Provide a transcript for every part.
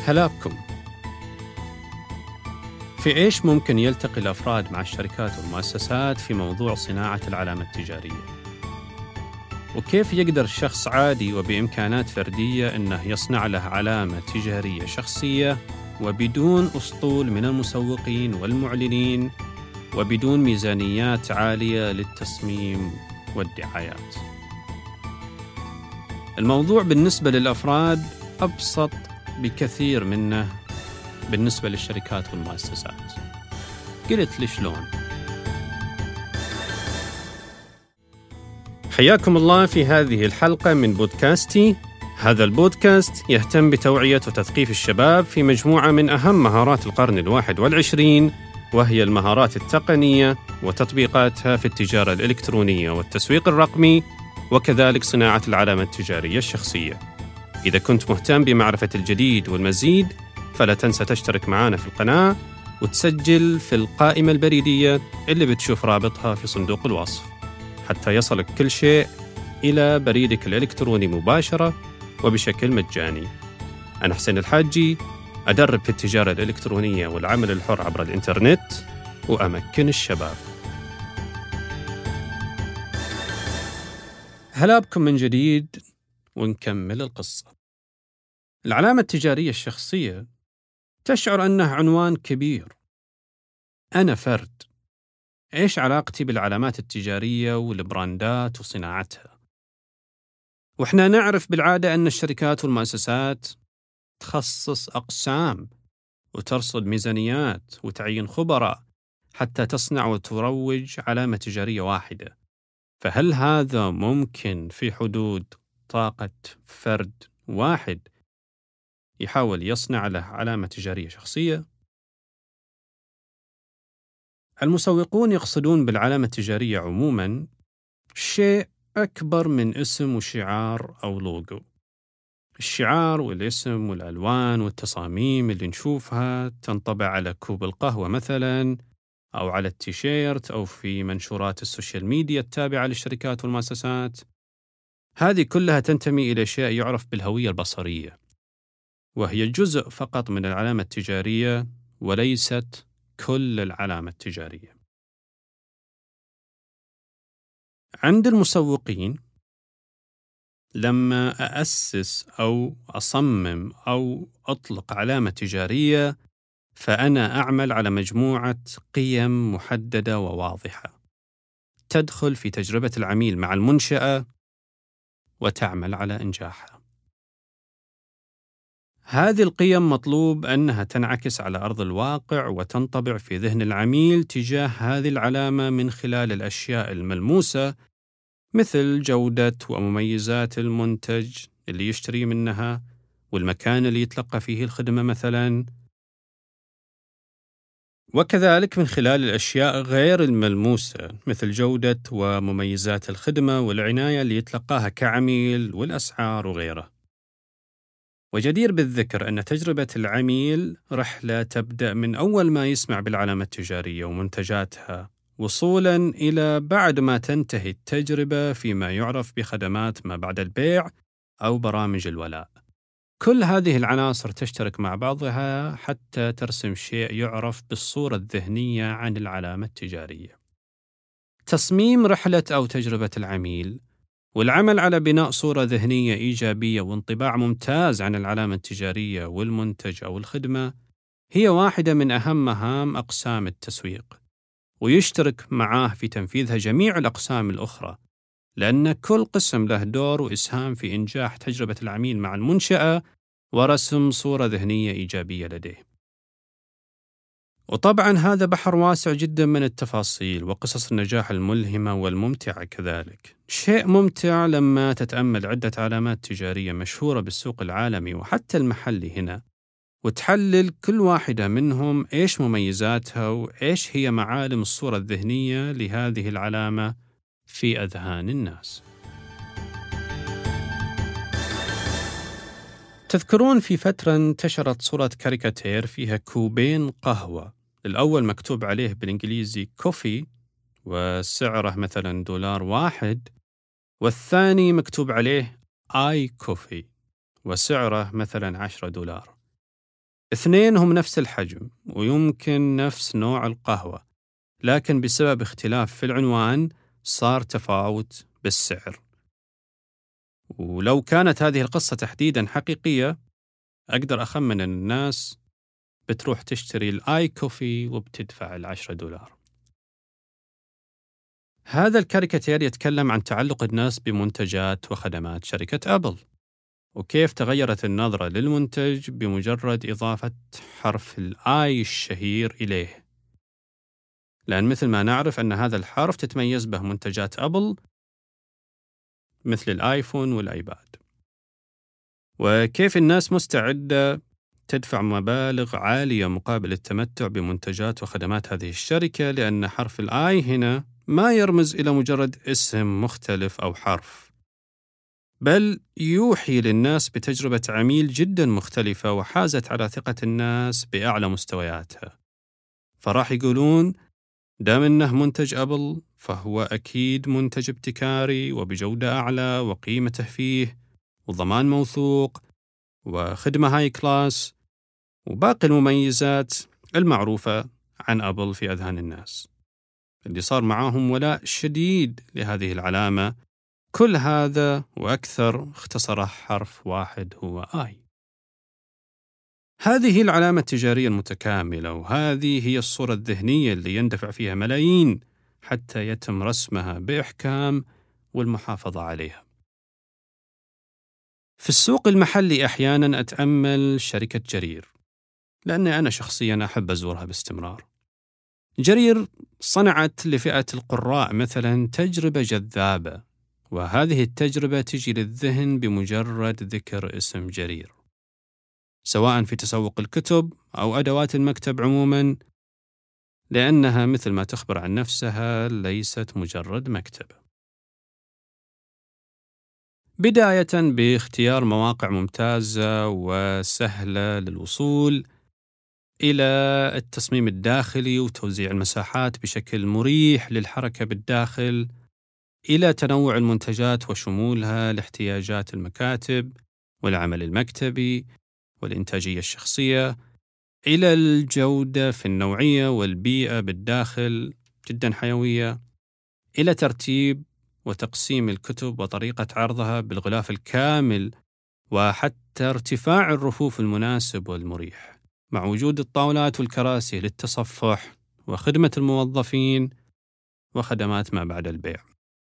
هلا بكم. في إيش ممكن يلتقي الأفراد مع الشركات والمؤسسات في موضوع صناعة العلامة التجارية؟ وكيف يقدر شخص عادي وبإمكانات فردية أنه يصنع له علامة تجارية شخصية وبدون أسطول من المسوقين والمعلنين وبدون ميزانيات عالية للتصميم والدعايات؟ الموضوع بالنسبة للأفراد أبسط بكثير منه بالنسبة للشركات والمؤسسات. قلت لي شلون؟ حياكم الله في هذه الحلقة من بودكاستي. هذا البودكاست يهتم بتوعية وتثقيف الشباب في مجموعة من أهم مهارات القرن 21، وهي المهارات التقنية وتطبيقاتها في التجارة الإلكترونية والتسويق الرقمي، وكذلك صناعة العلامة التجارية الشخصية. إذا كنت مهتم بمعرفة الجديد والمزيد، فلا تنسى تشترك معنا في القناة وتسجل في القائمة البريدية اللي بتشوف رابطها في صندوق الوصف، حتى يصلك كل شيء إلى بريدك الإلكتروني مباشرة وبشكل مجاني. أنا حسين الحاجي، أدرب في التجارة الإلكترونية والعمل الحر عبر الإنترنت وأمكن الشباب. هلا بكم من جديد ونكمل القصة. العلامة التجارية الشخصية تشعر أنه عنوان كبير. أنا فرد، إيش علاقتي بالعلامات التجارية والبراندات وصناعتها؟ وإحنا نعرف بالعادة أن الشركات والمؤسسات تخصص أقسام وترصد ميزانيات وتعيين خبراء حتى تصنع وتروج علامة تجارية واحدة. فهل هذا ممكن في حدود طاقة فرد واحد يحاول يصنع له علامة تجارية شخصية؟ المسوقون يقصدون بالعلامة التجارية عموماً شيء أكبر من اسم وشعار أو لوجو. الشعار والاسم والألوان والتصاميم اللي نشوفها تنطبع على كوب القهوة مثلاً، أو على التيشيرت، أو في منشورات السوشيال ميديا التابعة للشركات والمؤسسات، هذه كلها تنتمي إلى شيء يعرف بالهوية البصرية، وهي جزء فقط من العلامة التجارية وليست كل العلامة التجارية. عند المسوقين، لما أأسس أو أصمم أو أطلق علامة تجارية، فأنا أعمل على مجموعة قيم محددة وواضحة تدخل في تجربة العميل مع المنشأة وتعمل على إنجاحها. هذه القيم مطلوب أنها تنعكس على أرض الواقع وتنطبع في ذهن العميل تجاه هذه العلامة من خلال الأشياء الملموسة، مثل جودة ومميزات المنتج اللي يشتري منها، والمكان اللي يتلقى فيه الخدمة مثلاً، وكذلك من خلال الأشياء غير الملموسة مثل جودة ومميزات الخدمة والعناية اللي يتلقاها كعميل والأسعار وغيره. وجدير بالذكر أن تجربة العميل رحلة تبدأ من أول ما يسمع بالعلامة التجارية ومنتجاتها، وصولاً إلى بعد ما تنتهي التجربة فيما يعرف بخدمات ما بعد البيع أو برامج الولاء. كل هذه العناصر تشترك مع بعضها حتى ترسم شيء يعرف بالصورة الذهنية عن العلامة التجارية. تصميم رحلة أو تجربة العميل والعمل على بناء صورة ذهنية إيجابية وانطباع ممتاز عن العلامة التجارية والمنتج أو الخدمة هي واحدة من أهم مهام أقسام التسويق، ويشترك معاه في تنفيذها جميع الأقسام الأخرى، لأن كل قسم له دور وإسهام في إنجاح تجربة العميل مع المنشأة ورسم صورة ذهنية إيجابية لديه. وطبعاً هذا بحر واسع جداً من التفاصيل وقصص النجاح الملهمة والممتعة كذلك. شيء ممتع لما تتأمل عدة علامات تجارية مشهورة بالسوق العالمي وحتى المحلي هنا، وتحلل كل واحدة منهم إيش مميزاتها وإيش هي معالم الصورة الذهنية لهذه العلامة في أذهان الناس. تذكرون في فترة انتشرت صورة كاريكاتير فيها كوبين قهوة، الأول مكتوب عليه بالإنجليزي كوفي وسعره مثلا $1، والثاني مكتوب عليه آي كوفي وسعره مثلا $10. اثنين هم نفس الحجم ويمكن نفس نوع القهوة، لكن بسبب اختلاف في العنوان صار تفاوت بالسعر. ولو كانت هذه القصة تحديدا حقيقية، أقدر أخمن أن الناس بتروح تشتري الآي كوفي وبتدفع $10. هذا الكاريكاتير يتكلم عن تعلق الناس بمنتجات وخدمات شركة أبل، وكيف تغيرت النظرة للمنتج بمجرد إضافة حرف الآي الشهير إليه. لأن مثل ما نعرف أن هذا الحرف تتميز به منتجات أبل مثل الآيفون والآيباد، وكيف الناس مستعدة تدفع مبالغ عالية مقابل التمتع بمنتجات وخدمات هذه الشركة، لأن حرف الآي هنا ما يرمز إلى مجرد اسم مختلف أو حرف، بل يوحي للناس بتجربة عميل جدا مختلفة وحازت على ثقة الناس بأعلى مستوياتها. فراح يقولون دام إنه منتج أبل فهو أكيد منتج ابتكاري وبجودة أعلى وقيمته فيه وضمان موثوق وخدمة هاي كلاس وباقي المميزات المعروفة عن أبل في أذهان الناس، اللي صار معاهم ولاء شديد لهذه العلامة. كل هذا وأكثر اختصره حرف واحد هو آي. هذه العلامة التجارية المتكاملة، وهذه هي الصورة الذهنية اللي يندفع فيها ملايين حتى يتم رسمها بإحكام والمحافظة عليها. في السوق المحلي أحياناً أتأمل شركة جرير، لأني أنا شخصياً أحب أزورها باستمرار. جرير صنعت لفئة القراء مثلاً تجربة جذابة، وهذه التجربة تجي للذهن بمجرد ذكر اسم جرير، سواء في تسوق الكتب أو أدوات المكتب عموماً، لأنها مثل ما تخبر عن نفسها ليست مجرد مكتبة. بداية باختيار مواقع ممتازة وسهلة للوصول، إلى التصميم الداخلي وتوزيع المساحات بشكل مريح للحركة بالداخل، إلى تنوع المنتجات وشمولها لاحتياجات المكاتب والعمل المكتبي والإنتاجية الشخصية، إلى الجودة في النوعية والبيئة بالداخل جدا حيوية، إلى ترتيب وتقسيم الكتب وطريقة عرضها بالغلاف الكامل، وحتى ارتفاع الرفوف المناسب والمريح، مع وجود الطاولات والكراسي للتصفح وخدمة الموظفين وخدمات ما بعد البيع.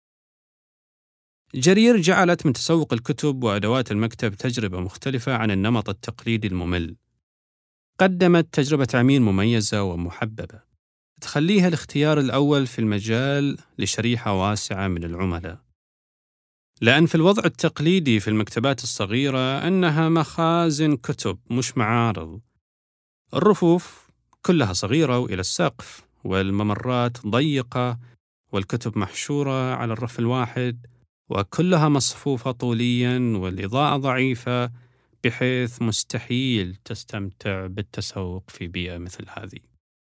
جرير جعلت من تسوق الكتب وأدوات المكتب تجربة مختلفة عن النمط التقليدي الممل. قدمت تجربة عميل مميزة ومحببة تخليها الاختيار الأول في المجال لشريحة واسعة من العملاء. لأن في الوضع التقليدي في المكتبات الصغيرة أنها مخازن كتب مش معارض، الرفوف كلها صغيرة وإلى السقف، والممرات ضيقة، والكتب محشورة على الرف الواحد، وكلها مصفوفة طولياً، والإضاءة ضعيفة، بحيث مستحيل تستمتع بالتسوق في بيئة مثل هذه.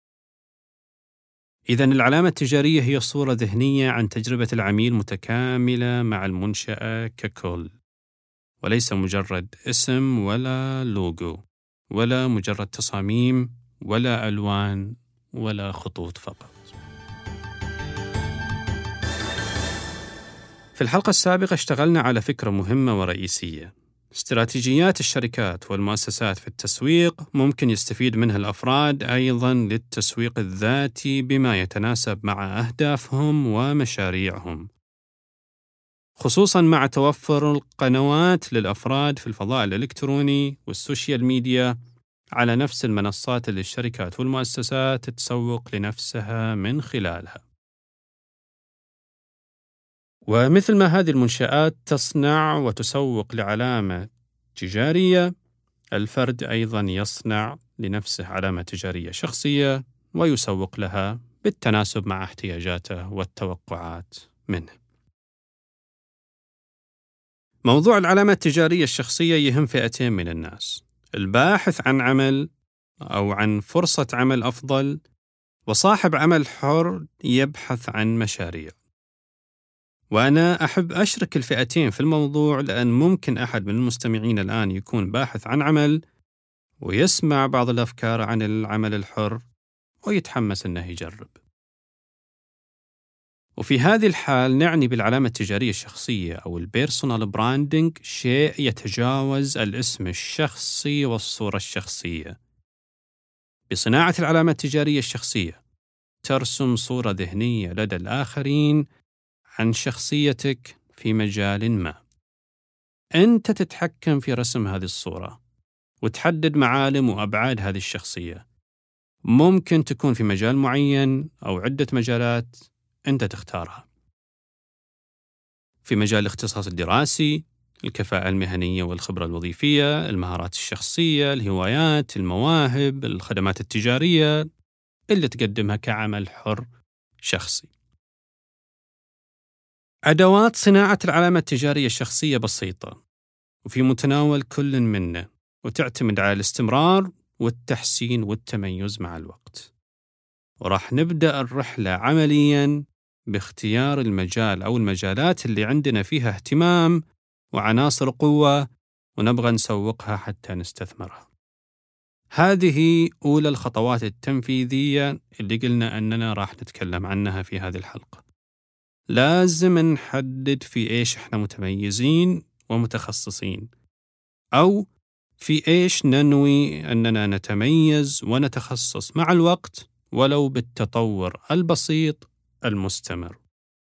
إذن العلامة التجارية هي صورة ذهنية عن تجربة العميل متكاملة مع المنشأة ككل، وليس مجرد اسم ولا لوجو ولا مجرد تصاميم ولا ألوان ولا خطوط فقط. في الحلقة السابقة اشتغلنا على فكرة مهمة ورئيسية. استراتيجيات الشركات والمؤسسات في التسويق ممكن يستفيد منها الأفراد أيضاً للتسويق الذاتي بما يتناسب مع أهدافهم ومشاريعهم، خصوصاً مع توفر القنوات للأفراد في الفضاء الإلكتروني والسوشيال ميديا على نفس المنصات اللي الشركات والمؤسسات تسوق لنفسها من خلالها. ومثل ما هذه المنشآت تصنع وتسوق لعلامة تجارية، الفرد أيضاً يصنع لنفسه علامة تجارية شخصية ويسوق لها بالتناسب مع احتياجاته والتوقعات منه. موضوع العلامة التجارية الشخصية يهم فئتين من الناس: الباحث عن عمل أو عن فرصة عمل أفضل، وصاحب عمل حر يبحث عن مشاريع. وأنا أحب أشرك الفئتين في الموضوع، لأن ممكن أحد من المستمعين الآن يكون باحث عن عمل ويسمع بعض الأفكار عن العمل الحر ويتحمس أنه يجرب. وفي هذه الحال نعني بالعلامة التجارية الشخصية أو البيرسونال براندنج شيء يتجاوز الاسم الشخصي والصورة الشخصية. بصناعة العلامة التجارية الشخصية ترسم صورة ذهنية لدى الآخرين عن شخصيتك في مجال ما. أنت تتحكم في رسم هذه الصورة وتحدد معالم وأبعاد هذه الشخصية. ممكن تكون في مجال معين أو عدة مجالات أنت تختارها. في مجال الاختصاص الدراسي، الكفاءة المهنية والخبرة الوظيفية، المهارات الشخصية، الهوايات، المواهب، الخدمات التجارية اللي تقدمها كعمل حر شخصي. أدوات صناعة العلامة التجارية الشخصية بسيطة وفي متناول كل منا، وتعتمد على الاستمرار والتحسين والتميز مع الوقت. وراح نبدأ الرحلة عملياً باختيار المجال أو المجالات اللي عندنا فيها اهتمام وعناصر قوة ونبغى نسوقها حتى نستثمرها. هذه أولى الخطوات التنفيذية اللي قلنا أننا راح نتكلم عنها في هذه الحلقة. لازم نحدد في إيش إحنا متميزين ومتخصصين، أو في إيش ننوي أننا نتميز ونتخصص مع الوقت ولو بالتطور البسيط المستمر،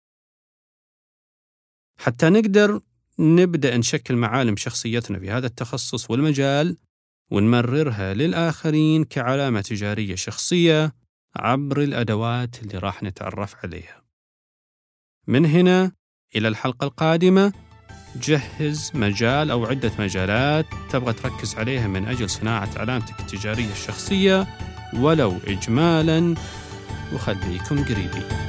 حتى نقدر نبدأ نشكل معالم شخصيتنا في هذا التخصص والمجال ونمررها للآخرين كعلامة تجارية شخصية عبر الأدوات اللي راح نتعرف عليها. من هنا إلى الحلقة القادمة جهز مجال أو عدة مجالات تبغى تركز عليها من أجل صناعة علامتك التجارية الشخصية ولو إجمالاً، وخليكم قريبين.